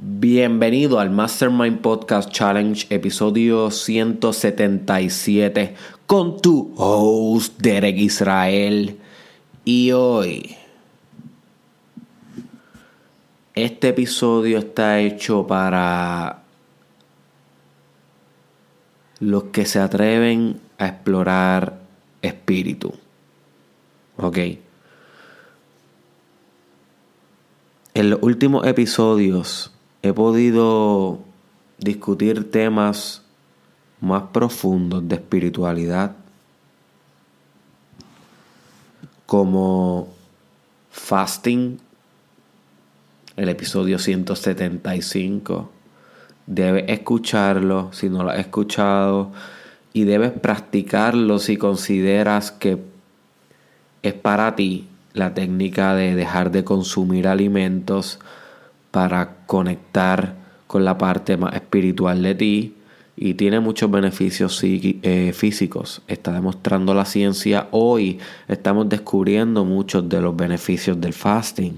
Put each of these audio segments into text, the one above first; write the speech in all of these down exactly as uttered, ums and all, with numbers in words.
Bienvenido al Mastermind Podcast Challenge, episodio ciento setenta y siete, con tu host Derek Israel. Y hoy, este episodio está hecho para los que se atreven a explorar espíritu. Ok. En los últimos episodios he podido discutir temas más profundos de espiritualidad, como fasting, el episodio ciento setenta y cinco. Debes escucharlo si no lo has escuchado y debes practicarlo si consideras que es para ti la técnica de dejar de consumir alimentos para conectar con la parte más espiritual de ti, y tiene muchos beneficios eh, físicos. Está demostrando la ciencia. Hoy estamos descubriendo muchos de los beneficios del fasting.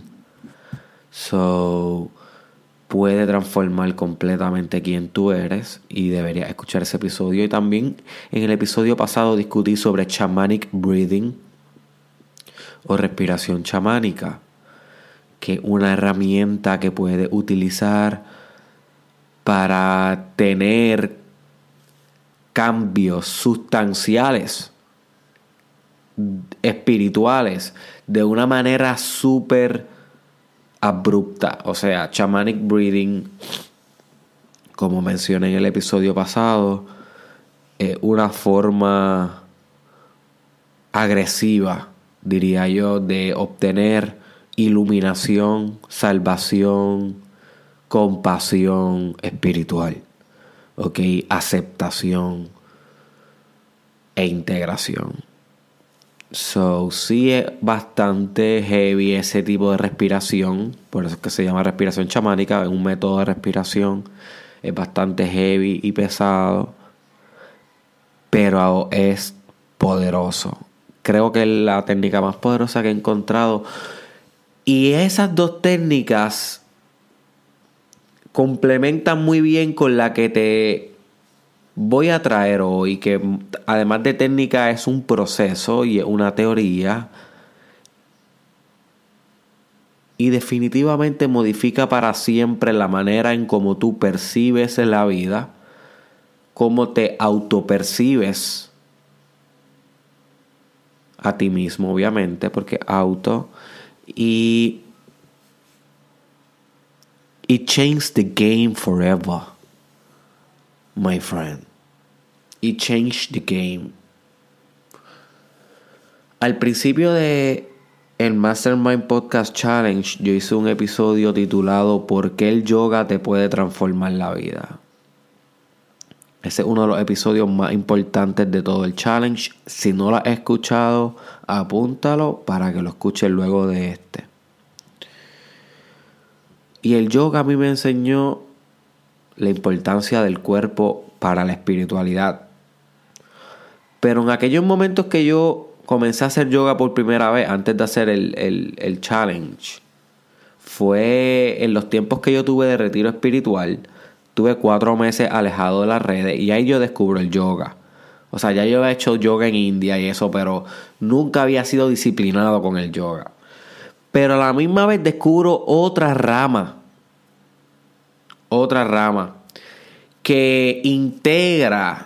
So, puede transformar completamente quién tú eres y deberías escuchar ese episodio. Y también en el episodio pasado discutí sobre shamanic breathing o respiración chamánica, que es una herramienta que puedes utilizar para tener cambios sustanciales espirituales de una manera súper abrupta. O sea, shamanic breathing, como mencioné en el episodio pasado, es una forma agresiva, diría yo, de obtener iluminación, salvación, compasión espiritual, ok, aceptación e integración. So, sí es bastante heavy ese tipo de respiración, por eso es que se llama respiración chamánica, es un método de respiración, es bastante heavy y pesado, pero es poderoso. Creo que es la técnica más poderosa que he encontrado. Y esas dos técnicas complementan muy bien con la que te voy a traer hoy, que además de técnica es un proceso y es una teoría. Y definitivamente modifica para siempre la manera en cómo tú percibes la vida, cómo te autopercibes a ti mismo, obviamente, porque auto... Y it changed the game forever, my friend. It changed the game. Al principio de el Mastermind Podcast Challenge, yo hice un episodio titulado ¿Por qué el yoga te puede transformar la vida? Ese es uno de los episodios más importantes de todo el challenge. Si no lo has escuchado, apúntalo para que lo escuches luego de este. Y el yoga a mí me enseñó la importancia del cuerpo para la espiritualidad. Pero en aquellos momentos que yo comencé a hacer yoga por primera vez, antes de hacer el, el, el challenge, fue en los tiempos que yo tuve de retiro espiritual. Tuve cuatro meses alejado de las redes y ahí yo descubro el yoga. O sea, ya yo había hecho yoga en India y eso, pero nunca había sido disciplinado con el yoga. Pero a la misma vez descubro otra rama. Otra rama que integra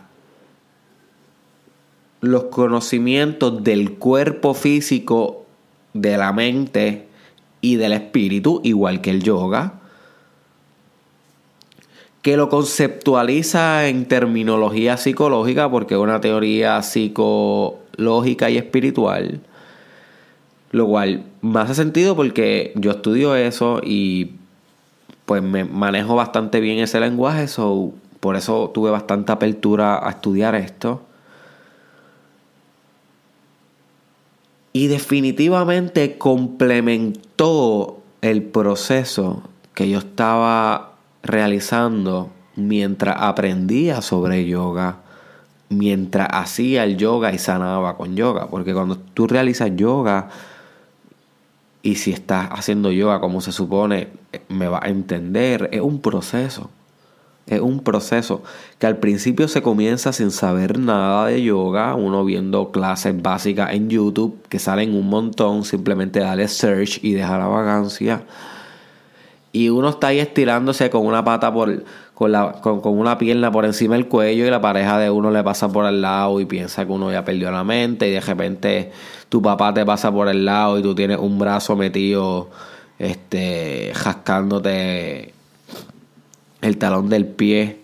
los conocimientos del cuerpo físico, de la mente y del espíritu, igual que el yoga, que lo conceptualiza en terminología psicológica, porque es una teoría psicológica y espiritual, lo cual me hace sentido porque yo estudio eso y pues me manejo bastante bien ese lenguaje, so, por eso tuve bastante apertura a estudiar esto. Y definitivamente complementó el proceso que yo estaba realizando mientras aprendía sobre yoga, mientras hacía el yoga y sanaba con yoga. Porque cuando tú realizas yoga Y si estás haciendo yoga como se supone, me va a entender. Es un proceso. Es un proceso que al principio se comienza sin saber nada de yoga. Uno viendo clases básicas en YouTube que salen un montón. Simplemente dale search y deja la vagancia. Y uno está ahí estirándose con una pata por... Con, la, con, con una pierna por encima del cuello y la pareja de uno le pasa por el lado y piensa que uno ya perdió la mente y de repente tu papá te pasa por el lado y tú tienes un brazo metido este jascándote el talón del pie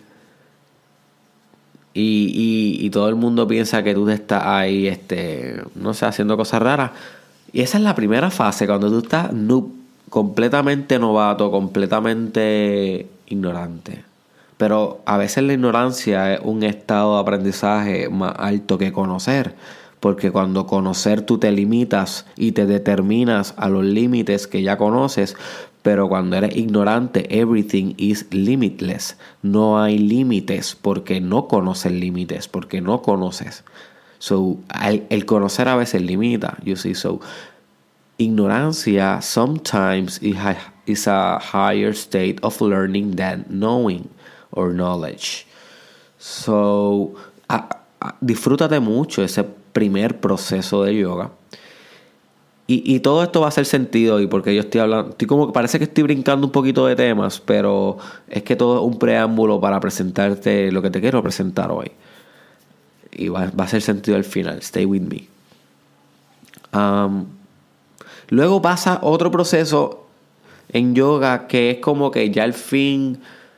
y, y, y todo el mundo piensa que tú estás ahí este no sé, haciendo cosas raras. Y esa es la primera fase, cuando tú estás noob, completamente novato, completamente ignorante. Pero a veces la ignorancia es un estado de aprendizaje más alto que conocer. Porque cuando conocer tú te limitas y te determinas a los límites que ya conoces. Pero cuando eres ignorante, everything is limitless. No hay límites porque no conoces límites, porque no conoces. So, el, el conocer a veces limita. You see, so ignorancia sometimes is a higher state of learning than knowing or knowledge. So, a, a, disfrútate mucho ese primer proceso de yoga. Y, y todo esto va a hacer sentido. Y porque yo estoy hablando, estoy como que parece que estoy brincando un poquito de temas, pero es que todo es un preámbulo para presentarte lo que te quiero presentar hoy. Y va, va a hacer sentido al final. Stay with me. Um, luego pasa otro proceso en yoga que es como que ya al fin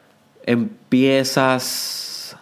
empiezas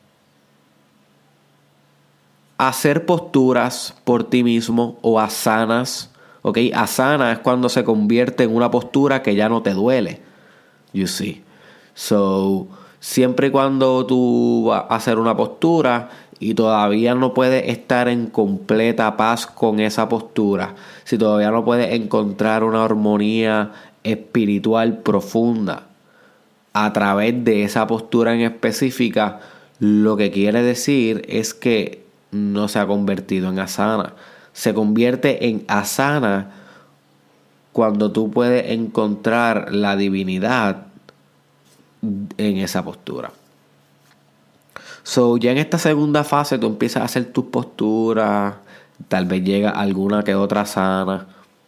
a hacer posturas por ti mismo o asanas. ¿Ok? Asana es cuando se convierte en una postura que ya no te duele. You see. So, siempre y cuando tú vas a hacer una postura y todavía no puedes estar en completa paz con esa postura, si todavía no puedes encontrar una armonía espiritual profunda a través de esa postura en específica, lo que quiere decir es que no se ha convertido en asana. Se convierte en asana cuando tú puedes encontrar la divinidad en esa postura. So, ya en esta segunda fase tú empiezas a hacer tus posturas, tal vez llega alguna que otra asana.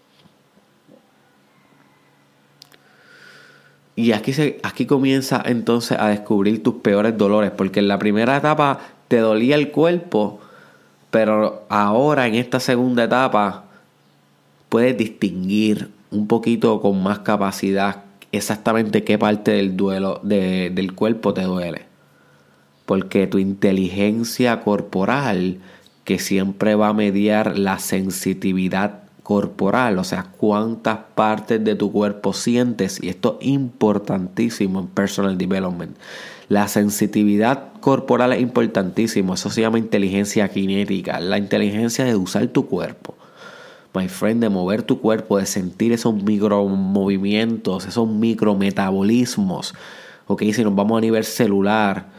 Y aquí, se, aquí comienza entonces a descubrir tus peores dolores. Porque en la primera etapa te dolía el cuerpo. Pero ahora en esta segunda etapa puedes distinguir un poquito con más capacidad exactamente qué parte del, duelo, de, del cuerpo te duele. Porque tu inteligencia corporal, que siempre va a mediar la sensitividad corporal, o sea, cuántas partes de tu cuerpo sientes, y esto es importantísimo en personal development. La sensitividad corporal es importantísimo, eso se llama inteligencia cinética, la inteligencia de usar tu cuerpo, my friend, de mover tu cuerpo, de sentir esos micromovimientos, esos micrometabolismos, ok, si nos vamos a nivel celular,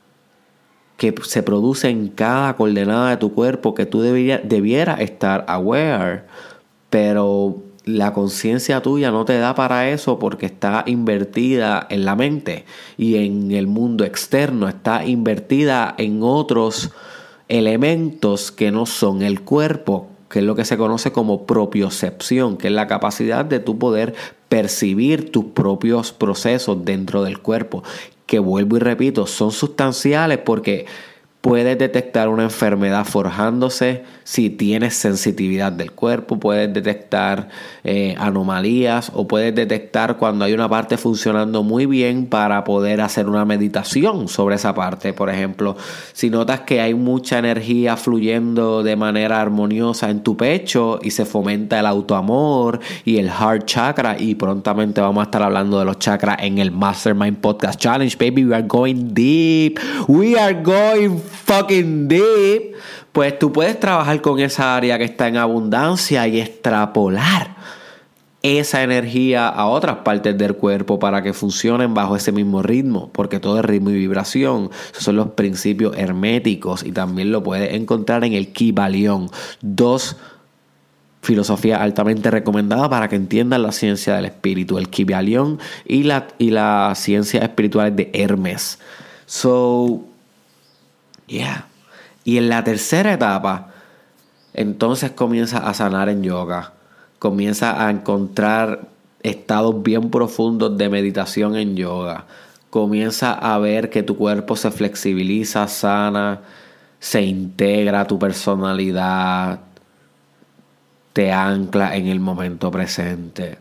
que se produce en cada coordenada de tu cuerpo, que tú debería, debieras estar aware, pero la conciencia tuya no te da para eso porque está invertida en la mente y en el mundo externo, está invertida en otros elementos que no son el cuerpo, que es lo que se conoce como propiocepción, que es la capacidad de tú poder percibir tus propios procesos dentro del cuerpo, que vuelvo y repito, son sustanciales porque puedes detectar una enfermedad forjándose si tienes sensitividad del cuerpo, puedes detectar eh, anomalías o puedes detectar cuando hay una parte funcionando muy bien para poder hacer una meditación sobre esa parte. Por ejemplo, si notas que hay mucha energía fluyendo de manera armoniosa en tu pecho y se fomenta el autoamor y el heart chakra, y prontamente vamos a estar hablando de los chakras en el Mastermind Podcast Challenge, baby, we are going deep, we are going fucking deep. Pues tú puedes trabajar con esa área que está en abundancia y extrapolar esa energía a otras partes del cuerpo para que funcionen bajo ese mismo ritmo, porque todo es ritmo y vibración. Esos son los principios herméticos y también lo puedes encontrar en el Kybalión. Dos filosofía altamente recomendada para que entiendan la ciencia del espíritu, el Kybalión y la y las ciencias espirituales de Hermes. So, yeah. Y en la tercera etapa, entonces comienza a sanar en yoga. Comienza a encontrar estados bien profundos de meditación en yoga. Comienza a ver que tu cuerpo se flexibiliza, sana, se integra a tu personalidad, te ancla en el momento presente.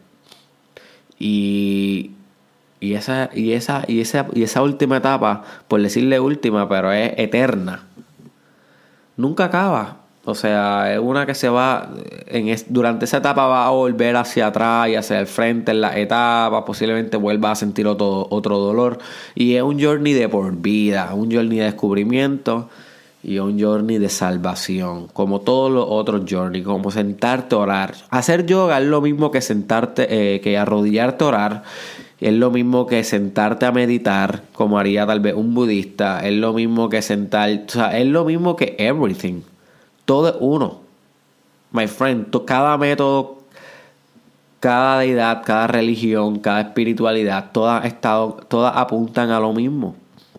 Y, y, esa, y, esa, y, esa, y esa última etapa, por decirle última, pero es eterna, nunca acaba. O sea, es una que se va, en es, durante esa etapa va a volver hacia atrás y hacia el frente en la etapa, posiblemente vuelva a sentir otro, otro dolor. Y es un journey de por vida, un journey de descubrimiento y un journey de salvación, como todos los otros journeys, como sentarte a orar. Hacer yoga es lo mismo que sentarte, eh, que arrodillarte a orar. Es lo mismo que sentarte a meditar, como haría tal vez un budista. Es lo mismo que sentar, o sea, es lo mismo que everything. Todo es uno. My friend, cada método, cada deidad, cada religión, cada espiritualidad, todas, estado, todas apuntan a lo mismo.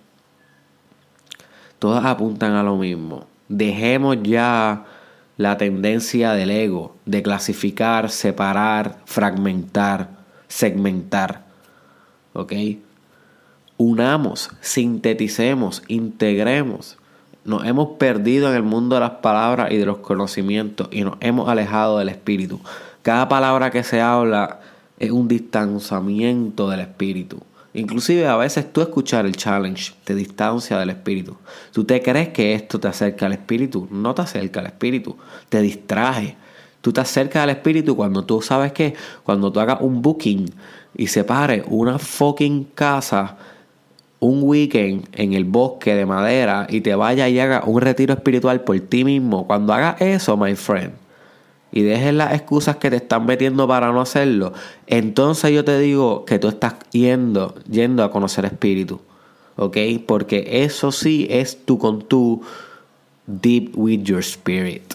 Todas apuntan a lo mismo. Dejemos ya la tendencia del ego de clasificar, separar, fragmentar, segmentar. ¿Ok? Unamos, sinteticemos, integremos. Nos hemos perdido en el mundo de las palabras y de los conocimientos y nos hemos alejado del espíritu. Cada palabra que se habla es un distanciamiento del espíritu. Inclusive a veces tú escuchar el challenge te distancia del espíritu. Tú te crees que esto te acerca al espíritu. No te acerca al espíritu. Te distrae. Tú te acercas al espíritu cuando tú sabes que cuando tú hagas un booking y separes una fucking casa, un weekend en el bosque de madera y te vayas y hagas un retiro espiritual por ti mismo. Cuando hagas eso, my friend, y dejes las excusas que te están metiendo para no hacerlo, entonces yo te digo que tú estás yendo, yendo a conocer espíritu. ¿Ok? Porque eso sí es tú con tú, deep with your spirit.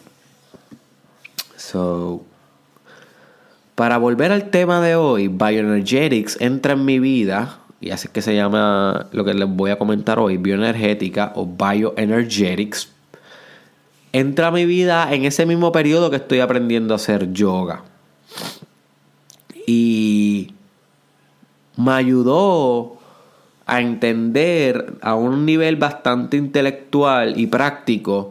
So, para volver al tema de hoy, Bioenergetics entra en mi vida. Y así es que se llama lo que les voy a comentar hoy, bioenergética o bioenergetics. Entra a mi vida en ese mismo periodo que estoy aprendiendo a hacer yoga. Y me ayudó a entender a un nivel bastante intelectual y práctico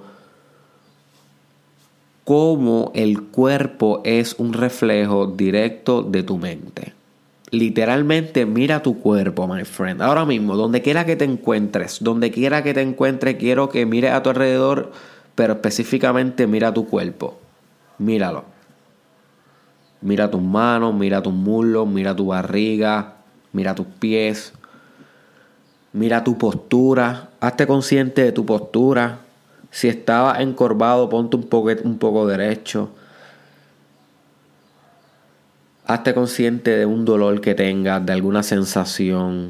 cómo el cuerpo es un reflejo directo de tu mente. Literalmente mira tu cuerpo, my friend. Ahora mismo, donde quiera que te encuentres, donde quiera que te encuentres, quiero que mires a tu alrededor, pero específicamente mira tu cuerpo. Míralo. Mira tus manos, mira tus muslos, mira tu barriga, mira tus pies. Mira tu postura. Hazte consciente de tu postura. Si estabas encorvado, ponte un poco, un poco derecho. Hazte consciente de un dolor que tengas, de alguna sensación.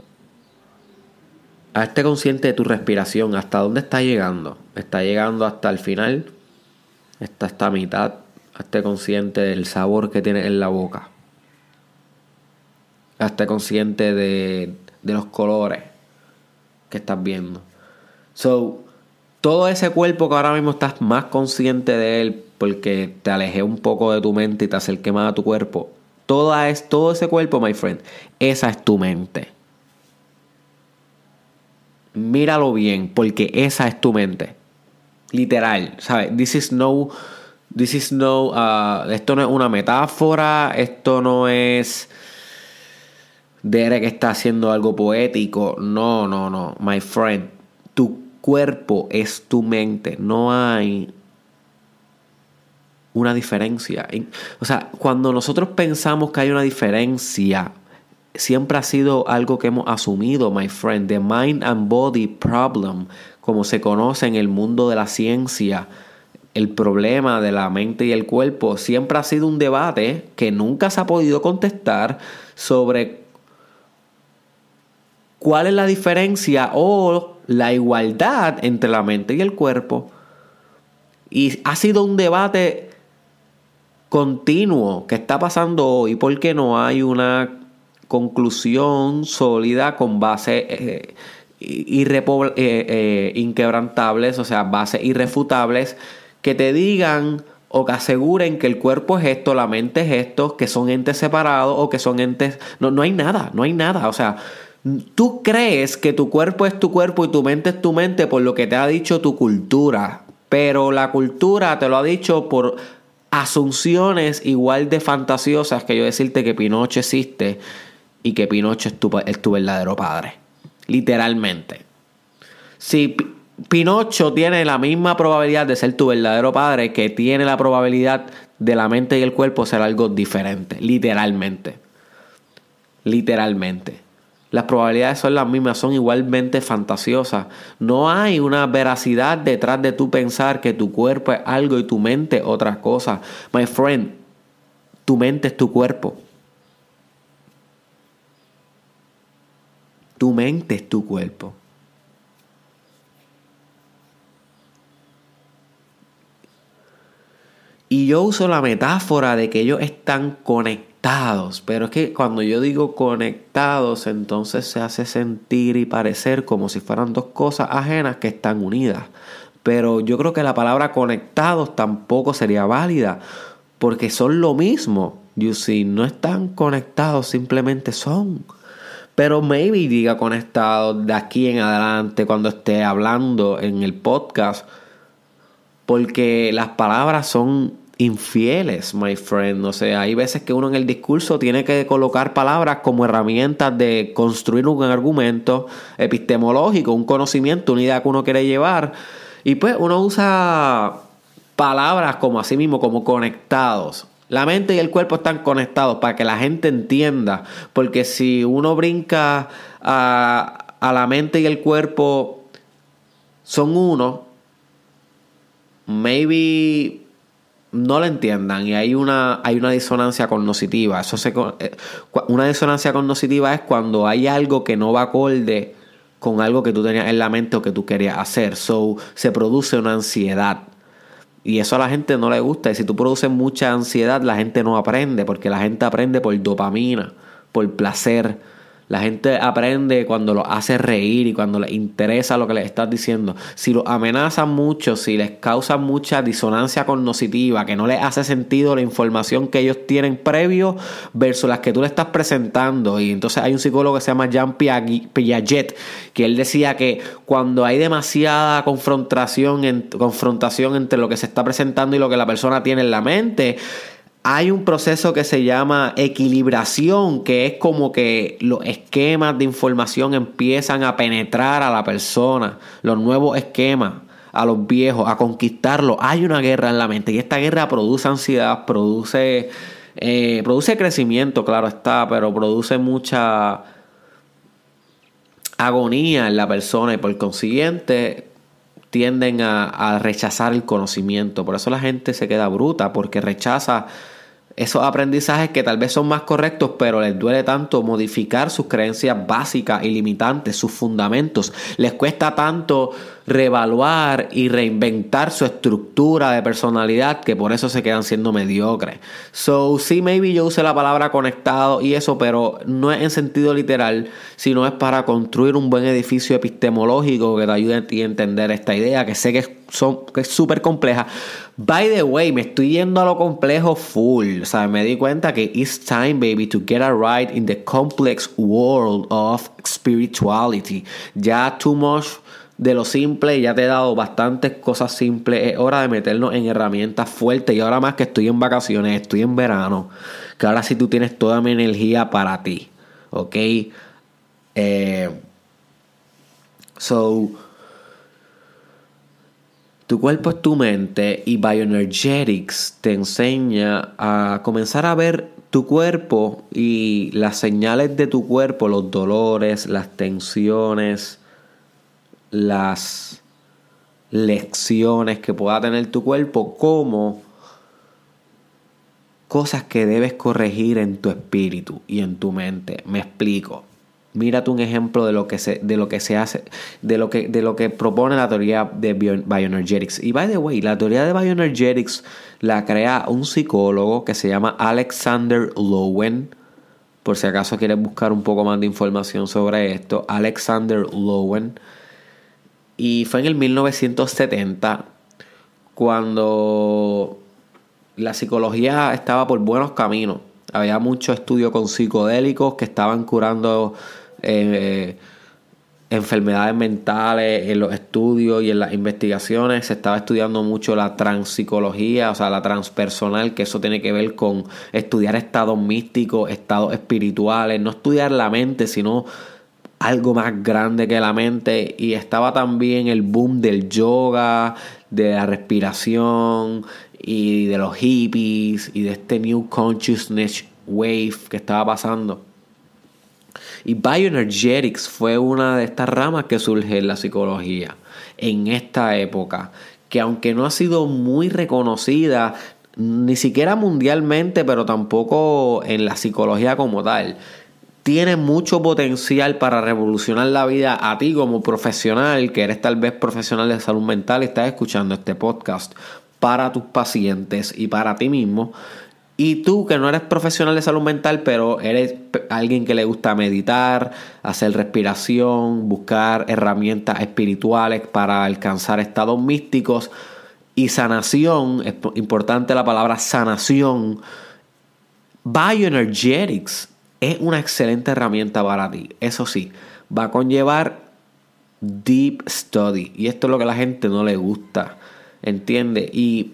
Hazte consciente de tu respiración. ¿Hasta dónde está llegando? ¿Está llegando hasta el final? ¿Está hasta mitad? Hazte consciente del sabor que tienes en la boca. Hazte consciente de, de los colores que estás viendo. So, todo ese cuerpo que ahora mismo estás más consciente de él porque te alejé un poco de tu mente y te acerqué más a tu cuerpo. Toda es, todo ese cuerpo, my friend, esa es tu mente. Míralo bien, porque esa es tu mente. Literal, ¿sabes? This is no... This is no... Uh, esto no es una metáfora. Esto no es... Derek está haciendo algo poético. No, no, no. My friend, tu cuerpo es tu mente. No hay una diferencia. O sea, cuando nosotros pensamos que hay una diferencia, siempre ha sido algo que hemos asumido, my friend. The mind and body problem, como se conoce en el mundo de la ciencia, el problema de la mente y el cuerpo, siempre ha sido un debate que nunca se ha podido contestar sobre cuál es la diferencia o la igualdad entre la mente y el cuerpo. Y ha sido un debate continuo que está pasando hoy porque no hay una conclusión sólida con bases eh, irrepo- eh, eh, inquebrantables, o sea, bases irrefutables que te digan o que aseguren que el cuerpo es esto, la mente es esto, que son entes separados o que son entes... No, no hay nada, no hay nada. O sea, tú crees que tu cuerpo es tu cuerpo y tu mente es tu mente por lo que te ha dicho tu cultura. Pero la cultura te lo ha dicho por asunciones igual de fantasiosas que yo decirte que Pinocho existe y que Pinocho es tu, es tu verdadero padre. Literalmente. Si P- Pinocho tiene la misma probabilidad de ser tu verdadero padre que tiene la probabilidad de la mente y el cuerpo ser algo diferente. Literalmente. Literalmente. Las probabilidades son las mismas, son igualmente fantasiosas. No hay una veracidad detrás de tu pensar que tu cuerpo es algo y tu mente otra cosa. My friend, tu mente es tu cuerpo. Tu mente es tu cuerpo. Y yo uso la metáfora de que ellos están conectados. Pero es que cuando yo digo conectados, entonces se hace sentir y parecer como si fueran dos cosas ajenas que están unidas. Pero yo creo que la palabra conectados tampoco sería válida. Porque son lo mismo. You see, no están conectados, simplemente son. Pero maybe diga conectados de aquí en adelante cuando esté hablando en el podcast. Porque las palabras son infieles, my friend. O sea, hay veces que uno en el discurso tiene que colocar palabras como herramientas de construir un argumento epistemológico, un conocimiento, una idea que uno quiere llevar. Y pues uno usa palabras como así mismo, como conectados. La mente y el cuerpo están conectados para que la gente entienda. Porque si uno brinca a, a la mente y el cuerpo son uno, maybe no lo entiendan y hay una hay una disonancia cognitiva. Eso se, una disonancia cognitiva es cuando hay algo que no va acorde con algo que tú tenías en la mente o que tú querías hacer. So, se produce una ansiedad. Y eso a la gente no le gusta. Y si tú produces mucha ansiedad, la gente no aprende, porque la gente aprende por dopamina, por placer. La gente aprende cuando los hace reír y cuando les interesa lo que les estás diciendo. Si los amenazan mucho, si les causa mucha disonancia cognitiva, que no les hace sentido la información que ellos tienen previo versus las que tú le estás presentando. Y entonces hay un psicólogo que se llama Jean Piaget, que él decía que cuando hay demasiada confrontación, en, confrontación entre lo que se está presentando y lo que la persona tiene en la mente, hay un proceso que se llama equilibración, que es como que los esquemas de información empiezan a penetrar a la persona, los nuevos esquemas, a los viejos, a conquistarlos. Hay una guerra en la mente y esta guerra produce ansiedad, produce, eh, produce crecimiento, claro está, pero produce mucha agonía en la persona y por consiguiente tienden a, a rechazar el conocimiento. Por eso la gente se queda bruta, porque rechaza esos aprendizajes que tal vez son más correctos, pero les duele tanto modificar sus creencias básicas y limitantes, sus fundamentos. Les cuesta tanto reevaluar y reinventar su estructura de personalidad que por eso se quedan siendo mediocres. So, sí, maybe yo use la palabra conectado y eso, pero no es en sentido literal, sino es para construir un buen edificio epistemológico que te ayude a ti a entender esta idea, que sé que es son, que es súper compleja. By the way, me estoy yendo a lo complejo full. O sea, me di cuenta que it's time, baby, to get a ride in the complex world of spirituality. Ya too much de lo simple, ya te he dado bastantes cosas simples. Es hora de meternos en herramientas fuertes. Y ahora más que estoy en vacaciones, estoy en verano, que ahora sí tú tienes toda mi energía para ti. ¿Ok? Eh, so... Tu cuerpo es tu mente y Bioenergetics te enseña a comenzar a ver tu cuerpo y las señales de tu cuerpo, los dolores, las tensiones, las lecciones que pueda tener tu cuerpo como cosas que debes corregir en tu espíritu y en tu mente. Me explico. mírate un ejemplo de lo que se, de lo que se hace, de lo que, de lo que propone la teoría de bio, Bioenergetics. Y by the way, la teoría de Bioenergetics la crea un psicólogo que se llama Alexander Lowen. Por si acaso quieres buscar un poco más de información sobre esto, Alexander Lowen. Y fue en el mil novecientos setenta cuando la psicología estaba por buenos caminos. Había mucho estudio con psicodélicos que estaban curando eh, enfermedades mentales en los estudios y en las investigaciones. Se estaba estudiando mucho la transpsicología, o sea, la transpersonal, que eso tiene que ver con estudiar estados místicos, estados espirituales, no estudiar la mente, sino algo más grande que la mente. Y estaba también el boom del yoga, de la respiración y de los hippies y de este New Consciousness Wave que estaba pasando. Y Bioenergetics fue una de estas ramas que surge en la psicología en esta época, que aunque no ha sido muy reconocida ni siquiera mundialmente, pero tampoco en la psicología como tal, tiene mucho potencial para revolucionar la vida a ti como profesional, que eres tal vez profesional de salud mental y estás escuchando este podcast, para tus pacientes y para ti mismo. Y tú que no eres profesional de salud mental, pero eres alguien que le gusta meditar, hacer respiración, buscar herramientas espirituales para alcanzar estados místicos y sanación, es importante la palabra sanación, Bioenergetics es una excelente herramienta para ti. Eso sí, va a conllevar deep study. Y esto es lo que a la gente no le gusta. ¿Entiende? Y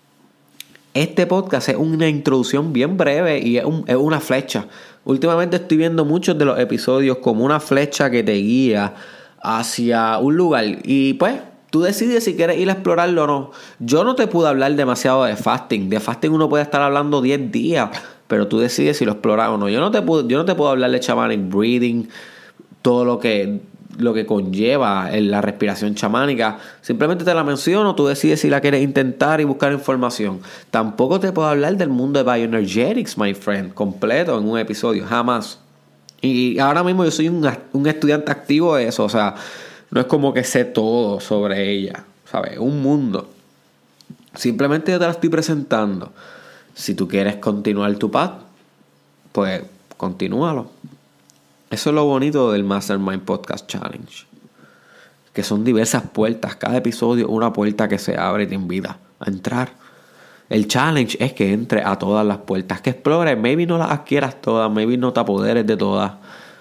este podcast es una introducción bien breve y es, un, es una flecha. Últimamente estoy viendo muchos de los episodios como una flecha que te guía hacia un lugar. Y pues tú decides si quieres ir a explorarlo o no. Yo no te pude hablar demasiado de fasting. De fasting uno puede estar hablando diez días, pero tú decides si lo exploras o no. Yo no te puedo, yo no te puedo hablar de shamanic breathing, todo lo que, lo que conlleva en la respiración chamánica. Simplemente te la menciono, tú decides si la quieres intentar y buscar información. Tampoco te puedo hablar del mundo de Bioenergetics, my friend, completo en un episodio, jamás. Y ahora mismo yo soy un, un estudiante activo de eso, o sea, no es como que sé todo sobre ella, ¿sabes? Un mundo. Simplemente yo te la estoy presentando. Si tú quieres continuar tu path, pues continúalo. Eso es lo bonito del Mastermind Podcast Challenge. Que son diversas puertas. Cada episodio una puerta que se abre y te invita a entrar. El challenge es que entres a todas las puertas. Que explores. Maybe no las adquieras todas. Maybe no te apoderes de todas.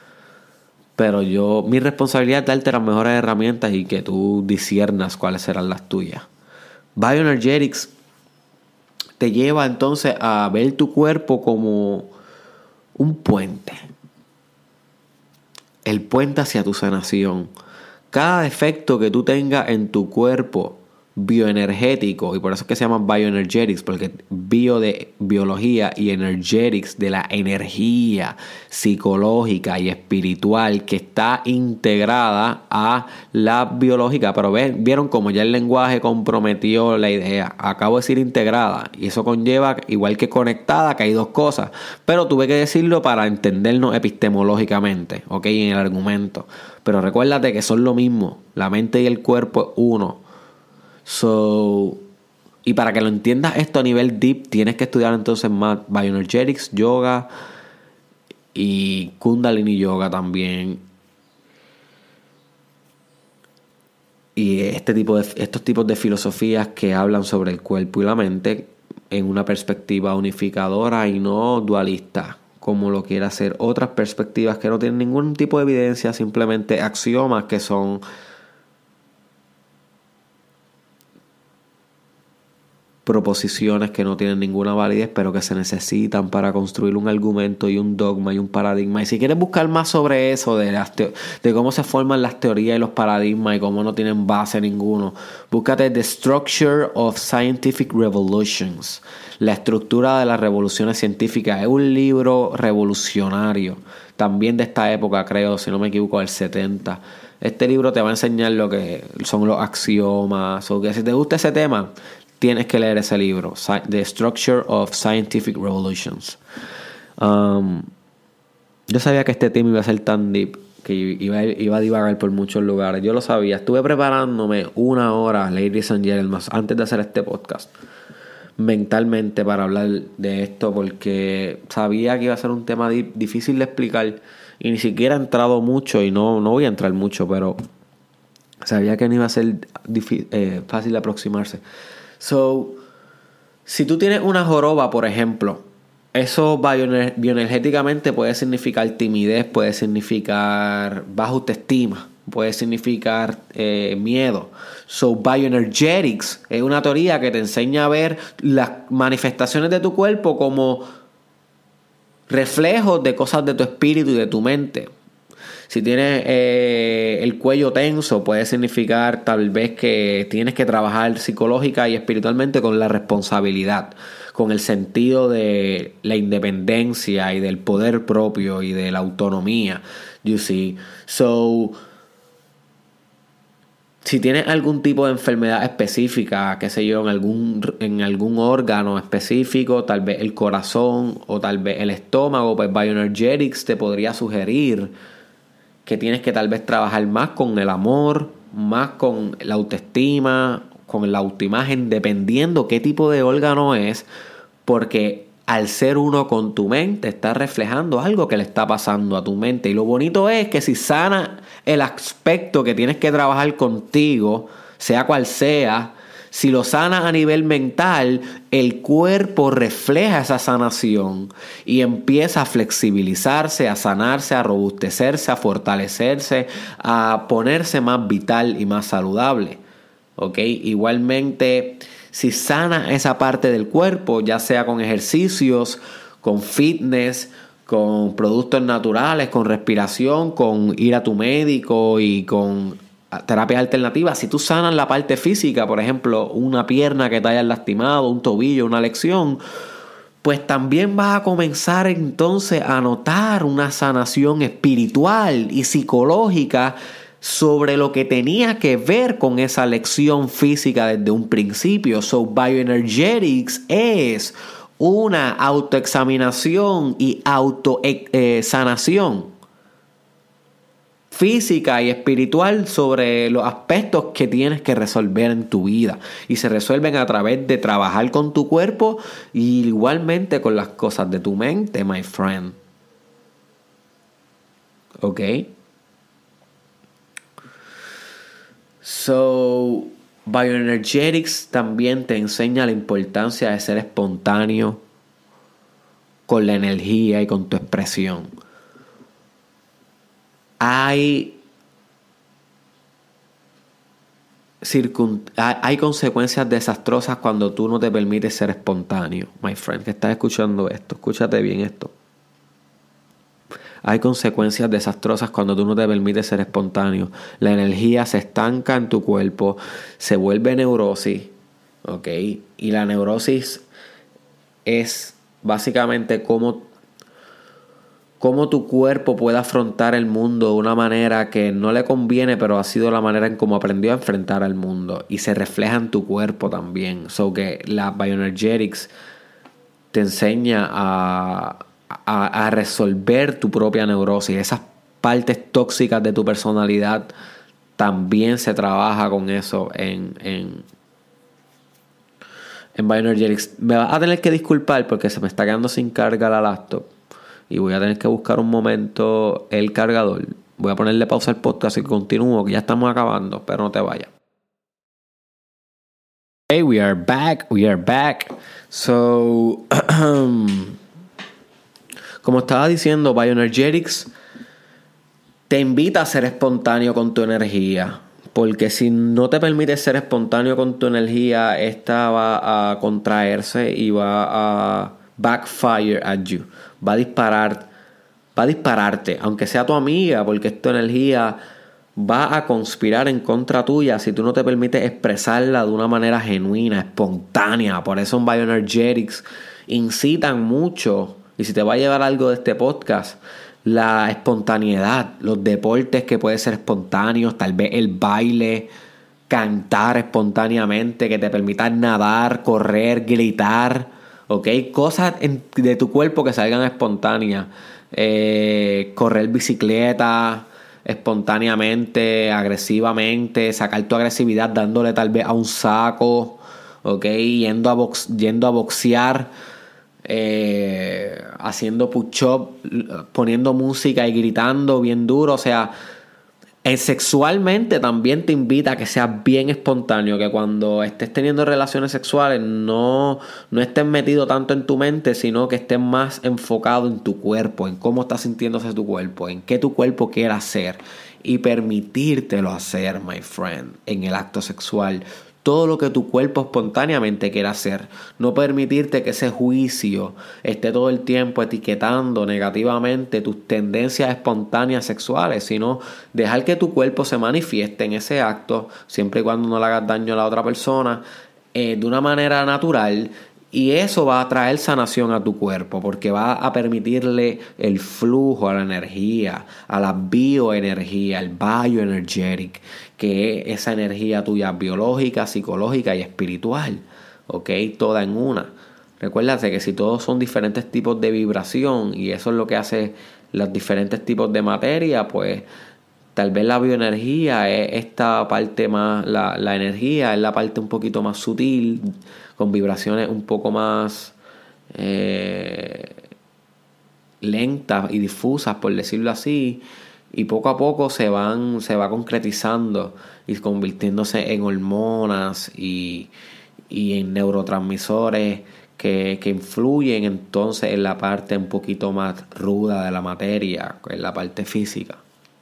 Pero yo, mi responsabilidad es darte las mejores herramientas y que tú disiernas cuáles serán las tuyas. Bioenergetics te lleva entonces a ver tu cuerpo como un puente. El puente hacia tu sanación. Cada defecto que tú tengas en tu cuerpo bioenergético, y por eso es que se llama Bioenergetics, porque bio de biología y energetics de la energía psicológica y espiritual que está integrada a la biológica. Pero ven, vieron como ya el lenguaje comprometió la idea. Acabo de decir integrada, y eso conlleva, igual que conectada, que hay dos cosas, pero tuve que decirlo para entendernos epistemológicamente, ok, en el argumento. Pero recuérdate que son lo mismo, la mente y el cuerpo es uno. So, y para que lo entiendas esto a nivel deep, tienes que estudiar entonces más Bioenergetics, yoga y Kundalini yoga también. Y este tipo de, estos tipos de filosofías que hablan sobre el cuerpo y la mente en una perspectiva unificadora y no dualista, como lo quiere hacer otras perspectivas que no tienen ningún tipo de evidencia, simplemente axiomas que son proposiciones que no tienen ninguna validez, pero que se necesitan para construir un argumento y un dogma y un paradigma. Y si quieres buscar más sobre eso, de, las teo- de cómo se forman las teorías y los paradigmas y cómo no tienen base ninguno, búscate The Structure of Scientific Revolutions, la estructura de las revoluciones científicas. Es un libro revolucionario, también de esta época, creo, si no me equivoco, del setenta. Este libro te va a enseñar lo que son los axiomas, o que si te gusta ese tema, tienes que leer ese libro, The Structure of Scientific Revolutions. Um, yo sabía que este tema iba a ser tan deep, que iba, iba a divagar por muchos lugares. Yo lo sabía. Estuve preparándome una hora, ladies and gentlemen, antes de hacer este podcast, mentalmente, para hablar de esto, porque sabía que iba a ser un tema di- difícil de explicar y ni siquiera he entrado mucho y no, no voy a entrar mucho, pero sabía que no iba a ser difí- eh, fácil de aproximarse. So, si tú tienes una joroba, por ejemplo, eso bioener- bioenergéticamente puede significar timidez, puede significar baja autoestima, puede significar eh, miedo. So, bioenergetics es una teoría que te enseña a ver las manifestaciones de tu cuerpo como reflejos de cosas de tu espíritu y de tu mente. Si tienes eh, el cuello tenso, puede significar tal vez que tienes que trabajar psicológica y espiritualmente con la responsabilidad, con el sentido de la independencia y del poder propio y de la autonomía. You see, so si tienes algún tipo de enfermedad específica, qué sé yo, en algún, en algún órgano específico, tal vez el corazón o tal vez el estómago, pues Bioenergetics te podría sugerir que tienes que tal vez trabajar más con el amor, más con la autoestima, con la autoimagen, dependiendo qué tipo de órgano es, porque al ser uno con tu mente está reflejando algo que le está pasando a tu mente. Y lo bonito es que si sana el aspecto que tienes que trabajar contigo, sea cual sea, si lo sanas a nivel mental, el cuerpo refleja esa sanación y empieza a flexibilizarse, a sanarse, a robustecerse, a fortalecerse, a ponerse más vital y más saludable. ¿Ok? Igualmente, si sana esa parte del cuerpo, ya sea con ejercicios, con fitness, con productos naturales, con respiración, con ir a tu médico y con terapias alternativas, si tú sanas la parte física, por ejemplo, una pierna que te hayas lastimado, un tobillo, una lesión, pues también vas a comenzar entonces a notar una sanación espiritual y psicológica sobre lo que tenía que ver con esa lección física desde un principio. So, Bioenergetics es una autoexaminación y autosanación eh, física y espiritual sobre los aspectos que tienes que resolver en tu vida, y se resuelven a través de trabajar con tu cuerpo y igualmente con las cosas de tu mente, my friend. ¿Ok? So, Bioenergetics también te enseña la importancia de ser espontáneo con la energía y con tu expresión. Hay Circun- hay consecuencias desastrosas cuando tú no te permites ser espontáneo, my friend, que estás escuchando esto. Escúchate bien esto. Hay consecuencias desastrosas cuando tú no te permites ser espontáneo. La energía se estanca en tu cuerpo, se vuelve neurosis, ¿ok? Y la neurosis es básicamente cómo cómo tu cuerpo puede afrontar el mundo de una manera que no le conviene, pero ha sido la manera en cómo aprendió a enfrentar al mundo, y se refleja en tu cuerpo también. So que la Bioenergetics te enseña a, a, a resolver tu propia neurosis. Esas partes tóxicas de tu personalidad también se trabaja con eso en, en, en Bioenergetics. Me vas a tener que disculpar porque se me está quedando sin carga la laptop y voy a tener que buscar un momento el cargador. Voy a ponerle pausa al podcast y continúo, que ya estamos acabando, pero no te vayas. Hey, we are back, we are back. So, como estaba diciendo, Bioenergetics te invita a ser espontáneo con tu energía. Porque si no te permites ser espontáneo con tu energía, esta va a contraerse y va a backfire at you. Va a disparar, va a dispararte, aunque sea tu amiga, porque tu energía va a conspirar en contra tuya si tú no te permites expresarla de una manera genuina, espontánea. Por eso en Bioenergetics incitan mucho, y si te va a llevar algo de este podcast, la espontaneidad, los deportes que pueden ser espontáneos, tal vez el baile, cantar espontáneamente, que te permitan nadar, correr, gritar, ¿ok? Cosas en, de tu cuerpo que salgan espontáneas. Eh, correr bicicleta, espontáneamente, agresivamente, sacar tu agresividad dándole tal vez a un saco, ¿ok? Yendo a, box, yendo a boxear, eh, haciendo push-up, poniendo música y gritando bien duro. O sea, eh, sexualmente también te invita a que seas bien espontáneo, que cuando estés teniendo relaciones sexuales no, no estés metido tanto en tu mente, sino que estés más enfocado en tu cuerpo, en cómo está sintiéndose tu cuerpo, en qué tu cuerpo quiere hacer y permitírtelo hacer, my friend, en el acto sexual. Todo lo que tu cuerpo espontáneamente quiera hacer. No permitirte que ese juicio esté todo el tiempo etiquetando negativamente tus tendencias espontáneas sexuales, sino dejar que tu cuerpo se manifieste en ese acto, siempre y cuando no le hagas daño a la otra persona, eh, de una manera natural. Y eso va a traer sanación a tu cuerpo, porque va a permitirle el flujo a la energía, a la bioenergía, el bioenergetic, que es esa energía tuya biológica, psicológica y espiritual, ¿ok? Toda en una. Recuérdate que si todos son diferentes tipos de vibración y eso es lo que hace los diferentes tipos de materia, pues tal vez la bioenergía es esta parte más, la, la energía es la parte un poquito más sutil, con vibraciones un poco más eh, lentas y difusas, por decirlo así, y poco a poco se van, se va concretizando y convirtiéndose en hormonas y, y en neurotransmisores que, que influyen entonces en la parte un poquito más ruda de la materia, en la parte física.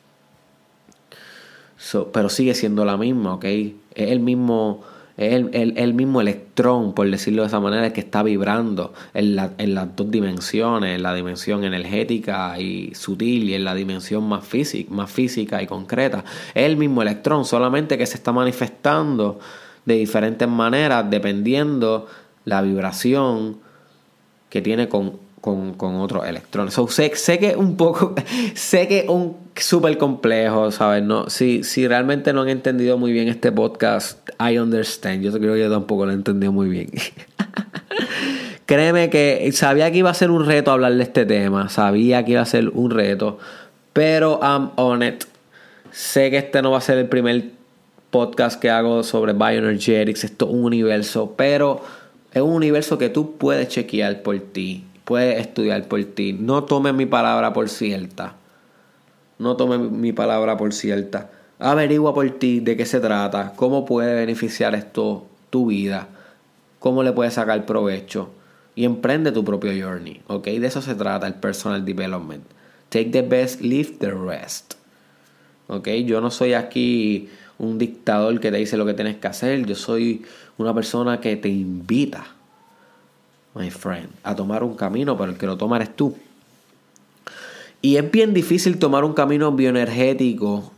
So, pero sigue siendo la misma, ¿ok? Es el mismo, es el, el, el mismo electrón, por decirlo de esa manera, el que está vibrando en, la, en las dos dimensiones, en la dimensión energética y sutil y en la dimensión más física, más física y concreta. Es el mismo electrón, solamente que se está manifestando de diferentes maneras dependiendo la vibración que tiene con Con, con otros electrones. So, sé, sé que es un poco, sé que es un súper complejo, ¿sabes? No, si, si realmente no han entendido muy bien este podcast, I understand. Yo creo que yo tampoco lo he entendido muy bien. Créeme que sabía que iba a ser un reto hablar de este tema. Sabía que iba a ser un reto. Pero I'm on it. Sé que este no va a ser el primer podcast que hago sobre bioenergetics. Esto es un universo, pero es un universo que tú puedes chequear por ti. Puedes estudiar por ti. No tomes mi palabra por cierta. No tomes mi palabra por cierta. Averigua por ti de qué se trata. Cómo puede beneficiar esto tu vida. Cómo le puedes sacar provecho. Y emprende tu propio journey. ¿Ok? De eso se trata el personal development. Take the best, leave the rest. ¿Ok? Yo no soy aquí un dictador que te dice lo que tienes que hacer. Yo soy una persona que te invita, my friend, a tomar un camino, pero el que lo toma eres tú. Y es bien difícil tomar un camino bioenergético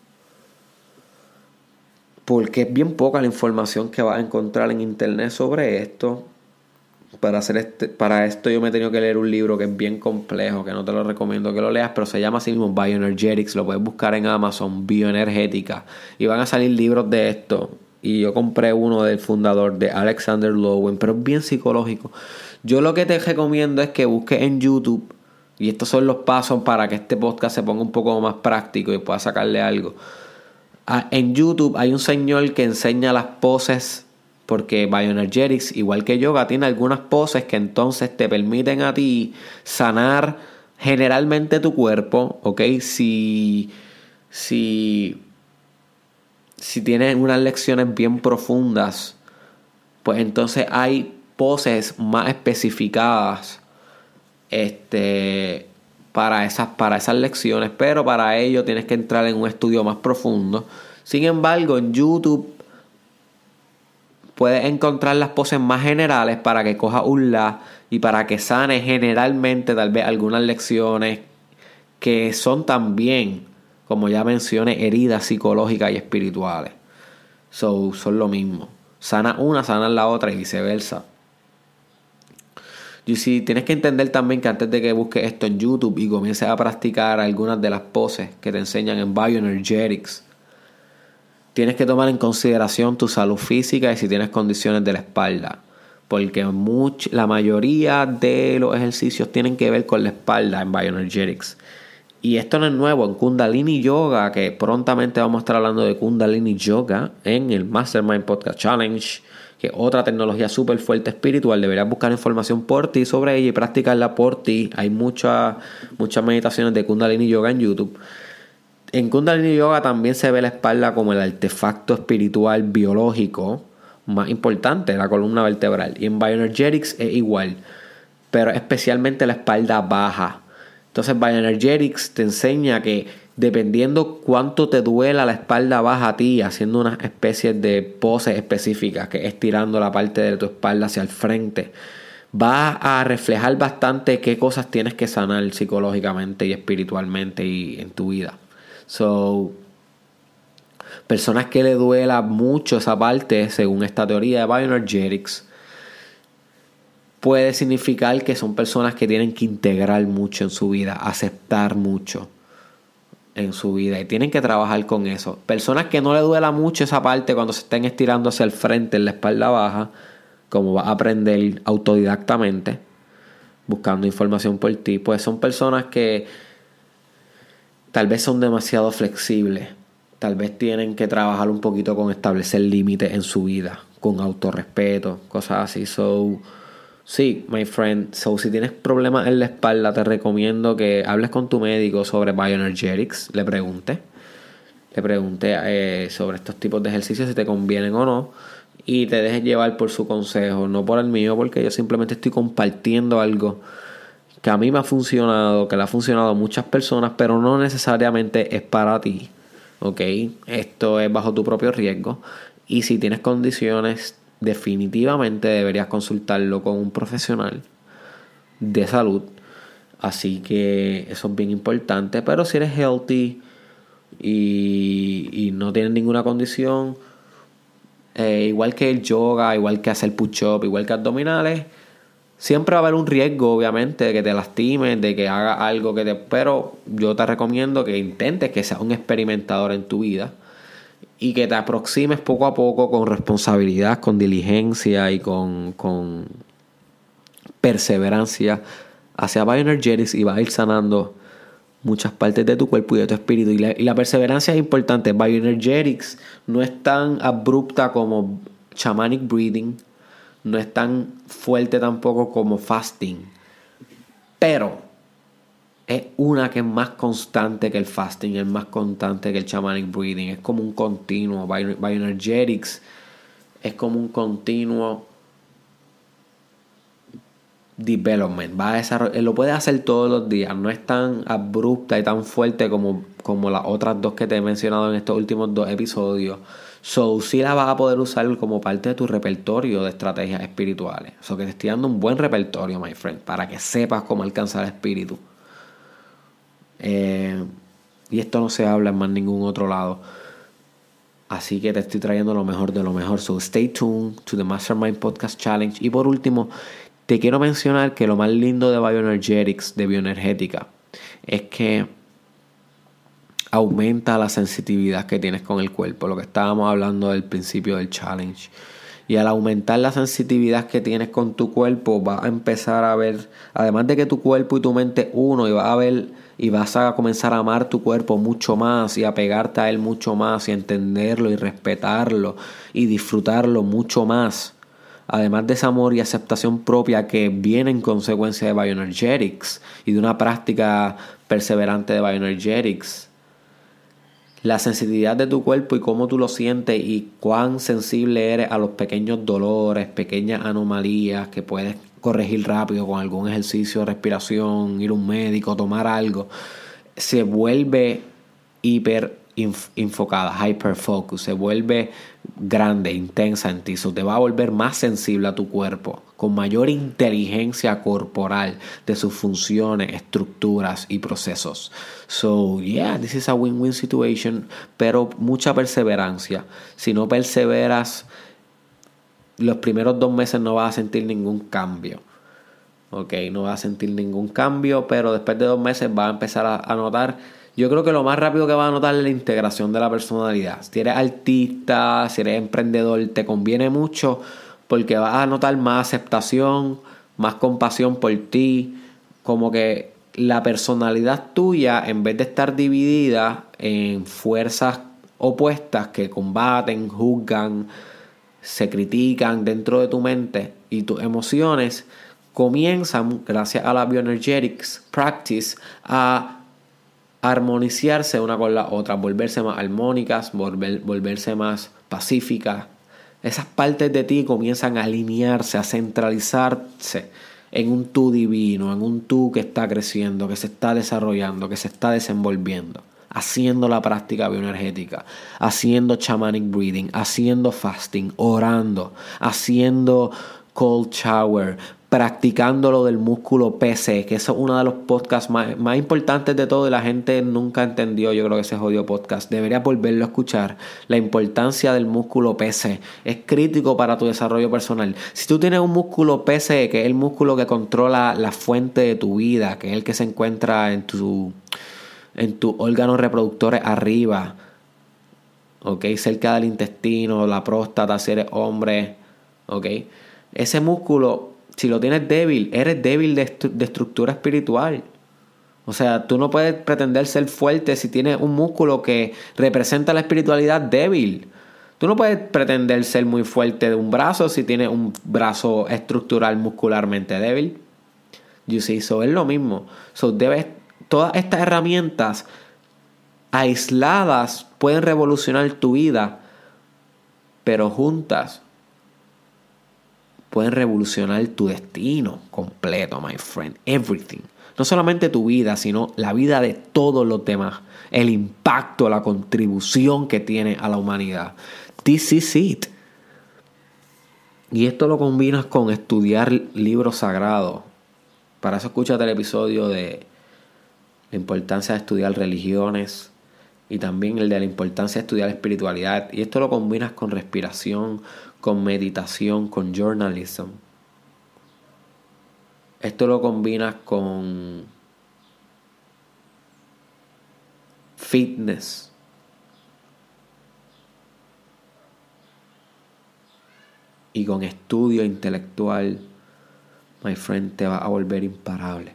porque es bien poca la información que vas a encontrar en internet sobre esto. Para hacer este, para esto yo me he tenido que leer un libro que es bien complejo, que no te lo recomiendo que lo leas, pero se llama así mismo Bioenergetics. Lo puedes buscar en Amazon, Bioenergética, y van a salir libros de esto. Y yo compré uno del fundador, de Alexander Lowen, pero es bien psicológico. Yo lo que te recomiendo es que busques en YouTube, y estos son los pasos para que este podcast se ponga un poco más práctico y puedas sacarle algo. Ah, en YouTube hay un señor que enseña las poses, porque Bioenergetics, igual que yoga, tiene algunas poses que entonces te permiten a ti sanar generalmente tu cuerpo, ¿ok? Si... si Si tienes unas lecciones bien profundas, pues entonces hay poses más especificadas este, para, esas, para esas lecciones, pero para ello tienes que entrar en un estudio más profundo. Sin embargo, en YouTube puedes encontrar las poses más generales para que cojas un la y para que sanes generalmente tal vez algunas lecciones que son también, como ya mencioné, heridas psicológicas y espirituales. So, son lo mismo. Sana una, sana la otra y viceversa. Y si tienes que entender también que antes de que busques esto en YouTube y comiences a practicar algunas de las poses que te enseñan en Bioenergetics, tienes que tomar en consideración tu salud física y si tienes condiciones de la espalda. Porque much, la mayoría de los ejercicios tienen que ver con la espalda en Bioenergetics. Y esto no es nuevo en Kundalini Yoga, que prontamente vamos a estar hablando de Kundalini Yoga en el Mastermind Podcast Challenge, que es otra tecnología súper fuerte espiritual. Deberías buscar información por ti sobre ella y practicarla por ti. Hay muchas muchas meditaciones de Kundalini Yoga en YouTube. En Kundalini Yoga también se ve la espalda como el artefacto espiritual biológico más importante, la columna vertebral. Y en Bioenergetics es igual, pero especialmente la espalda baja. Entonces Bioenergetics te enseña que dependiendo cuánto te duela la espalda baja a ti, haciendo una especie de poses específicas, que es estirando la parte de tu espalda hacia el frente, va a reflejar bastante qué cosas tienes que sanar psicológicamente y espiritualmente y en tu vida. So, personas que le duela mucho esa parte, según esta teoría de Bioenergetics, puede significar que son personas que tienen que integrar mucho en su vida, aceptar mucho en su vida y tienen que trabajar con eso. Personas que no le duela mucho esa parte cuando se estén estirando hacia el frente en la espalda baja, como vas a aprender autodidactamente, buscando información por ti, pues son personas que tal vez son demasiado flexibles, tal vez tienen que trabajar un poquito con establecer límites en su vida, con autorrespeto, cosas así. So, sí, my friend, so si tienes problemas en la espalda, te recomiendo que hables con tu médico sobre Bioenergetics, le pregunte, le pregunte eh, sobre estos tipos de ejercicios, si te convienen o no, y te dejes llevar por su consejo, no por el mío, porque yo simplemente estoy compartiendo algo que a mí me ha funcionado, que le ha funcionado a muchas personas, pero no necesariamente es para ti, ¿ok? Esto es bajo tu propio riesgo, y si tienes condiciones, definitivamente deberías consultarlo con un profesional de salud. Así que eso es bien importante. Pero si eres healthy y, y no tienes ninguna condición, eh, igual que el yoga, igual que hacer push-up, igual que abdominales, siempre va a haber un riesgo, obviamente, de que te lastimes, de que hagas algo que te... Pero yo te recomiendo que intentes que seas un experimentador en tu vida y que te aproximes poco a poco con responsabilidad, con diligencia y con, con perseverancia hacia Bioenergetics, y vas a ir sanando muchas partes de tu cuerpo y de tu espíritu. Y la, y la perseverancia es importante. Bioenergetics no es tan abrupta como Shamanic Breathing, no es tan fuerte tampoco como fasting, pero es una que es más constante que el fasting, es más constante que el shamanic breathing. Es como un continuo. Bioenergetics es como un continuo development. Va a desarrollar, lo puedes hacer todos los días. No es tan abrupta y tan fuerte como, como las otras dos que te he mencionado en estos últimos dos episodios. So, sí la vas a poder usar como parte de tu repertorio de estrategias espirituales. So, que te estoy dando un buen repertorio, my friend, para que sepas cómo alcanzar el espíritu. Eh, y esto no se habla en más ningún otro lado. Así que te estoy trayendo lo mejor de lo mejor. So stay tuned to the Mastermind Podcast Challenge. Y por último, te quiero mencionar que lo más lindo de Bioenergetics, de bioenergética, es que aumenta la sensibilidad que tienes con el cuerpo. Lo que estábamos hablando del principio del challenge. Y al aumentar la sensitividad que tienes con tu cuerpo, vas a empezar a ver, además de que tu cuerpo y tu mente uno, y vas a ver y vas a comenzar a amar tu cuerpo mucho más y a pegarte a él mucho más y a entenderlo y respetarlo y disfrutarlo mucho más. Además de ese amor y aceptación propia que viene en consecuencia de Bioenergetics y de una práctica perseverante de Bioenergetics, la sensibilidad de tu cuerpo y cómo tú lo sientes y cuán sensible eres a los pequeños dolores, pequeñas anomalías que puedes corregir rápido con algún ejercicio de respiración, ir a un médico, tomar algo, se vuelve hiper inf- enfocada, hyper focus, se vuelve grande, intensa en ti. So, te va a volver más sensible a tu cuerpo, con mayor inteligencia corporal de sus funciones, estructuras y procesos. So, yeah, this is a win-win situation, pero mucha perseverancia. Si no perseveras, los primeros dos meses no vas a sentir ningún cambio. Ok, no vas a sentir ningún cambio, pero después de dos meses vas a empezar a, a notar. Yo creo que lo más rápido que vas a notar es la integración de la personalidad. Si eres artista, si eres emprendedor, te conviene mucho porque vas a notar más aceptación, más compasión por ti, como que la personalidad tuya, en vez de estar dividida en fuerzas opuestas que combaten, juzgan, se critican dentro de tu mente y tus emociones, comienzan, gracias a la Bioenergetics Practice, a armonizarse una con la otra, volverse más armónicas, volver, volverse más pacíficas. Esas partes de ti comienzan a alinearse, a centralizarse en un tú divino, en un tú que está creciendo, que se está desarrollando, que se está desenvolviendo, haciendo la práctica bioenergética, haciendo shamanic breathing, haciendo fasting, orando, haciendo cold shower, practicando lo del músculo P C, que eso es uno de los podcasts más, más importantes de todo y la gente nunca entendió, yo creo que ese jodido podcast. Deberías volverlo a escuchar. La importancia del músculo P C es crítico para tu desarrollo personal. Si tú tienes un músculo P C, que es el músculo que controla la fuente de tu vida, que es el que se encuentra en tu en tus órganos reproductores arriba, ok, cerca del intestino, la próstata, si eres hombre, ok, ese músculo, si lo tienes débil, eres débil de, estru- de estructura espiritual. O sea, tú no puedes pretender ser fuerte si tienes un músculo que representa la espiritualidad débil. Tú no puedes pretender ser muy fuerte de un brazo si tienes un brazo estructural muscularmente débil. You see, so es lo mismo. So debes, todas estas herramientas aisladas pueden revolucionar tu vida, pero juntas pueden revolucionar tu destino completo, my friend. Everything. No solamente tu vida, sino la vida de todos los demás. El impacto, la contribución que tiene a la humanidad. This is it. Y esto lo combinas con estudiar libros sagrados. Para eso escúchate el episodio de la importancia de estudiar religiones y también el de la importancia de estudiar espiritualidad. Y esto lo combinas con respiración, con meditación, con journalism. Esto lo combinas con fitness. Y con estudio intelectual, my friend, te va a volver imparable.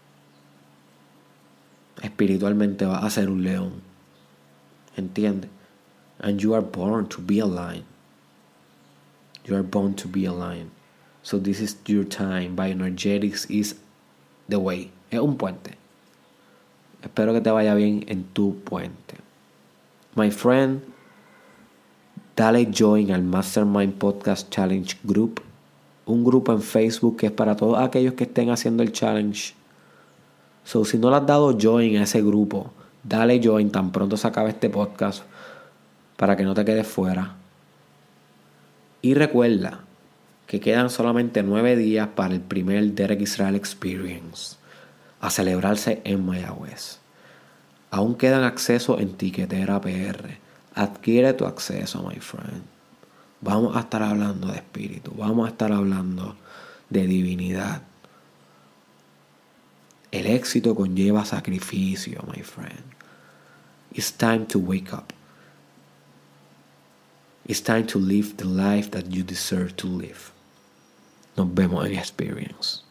Espiritualmente vas a ser un león. ¿Entiendes? And you are born to be a lion. You are born to be a lion. So this is your time. Bioenergetics is the way. Es un puente. Espero que te vaya bien en tu puente. My friend, dale join al Mastermind Podcast Challenge Group. Un grupo en Facebook que es para todos aquellos que estén haciendo el challenge. So, si no le has dado join a ese grupo, dale join tan pronto se acabe este podcast para que no te quedes fuera. Y recuerda que quedan solamente nueve días para el primer Derek Israel Experience a celebrarse en Mayagüez. Aún quedan acceso en Tiquetera P R. Adquiere tu acceso, my friend. Vamos a estar hablando de espíritu. Vamos a estar hablando de divinidad. El éxito conlleva sacrificio, my friend. It's time to wake up. It's time to live the life that you deserve to live. Nos vemos en Experience.